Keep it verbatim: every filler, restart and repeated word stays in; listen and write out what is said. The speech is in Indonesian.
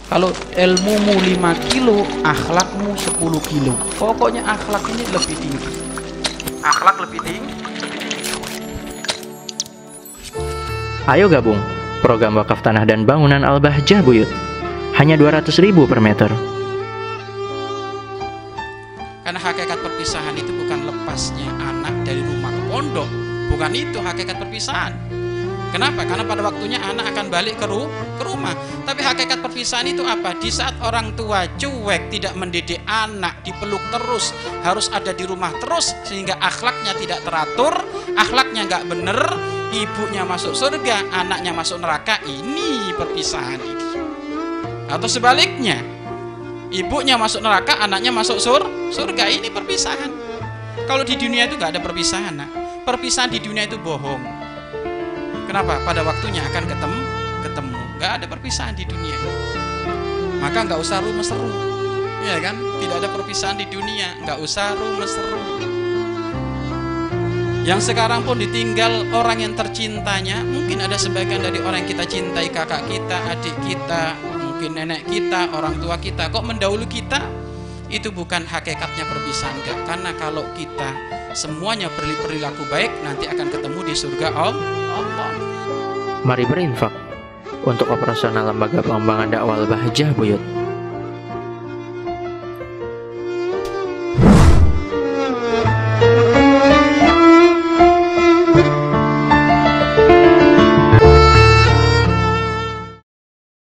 Kalau ilmumu lima kilo, akhlakmu sepuluh kilo. Pokoknya akhlak ini lebih tinggi. Akhlak lebih tinggi. Ayo gabung program wakaf tanah dan bangunan Al-Bahjah Buyut. Hanya dua ratus ribu per meter. Karena hakikat perpisahan itu bukan lepasnya anak dari rumah ke pondok. Bukan itu hakikat perpisahan. Kenapa? Karena pada waktunya anak akan balik ke, ru ke rumah. Tapi hakikat perpisahan itu apa? Di saat orang tua cuek, tidak mendidik anak, dipeluk terus, harus ada di rumah terus, sehingga akhlaknya tidak teratur, akhlaknya nggak bener, ibunya masuk surga, anaknya masuk neraka. Ini perpisahan ini. Atau sebaliknya, ibunya masuk neraka, anaknya masuk sur surga. Ini perpisahan. Kalau di dunia itu nggak ada perpisahan. Nah, perpisahan di dunia itu bohong. Kenapa? Pada waktunya akan ketemu, ketemu. Nggak ada perpisahan di dunia. Maka nggak usah rumes-seru, ya kan? Tidak ada perpisahan di dunia. Nggak usah rumes-seru. Yang sekarang pun ditinggal orang yang tercintanya. Mungkin ada sebagian dari orang yang kita cintai, kakak kita, adik kita, mungkin nenek kita, orang tua kita. Kok mendahului kita? Itu bukan hakikatnya perpisahan, enggak. Karena kalau kita semuanya berperilaku baik, nanti akan ketemu di surga Allah. Mari berinfak untuk operasional lembaga pengembangan dakwah Al-Bahjah Buyut.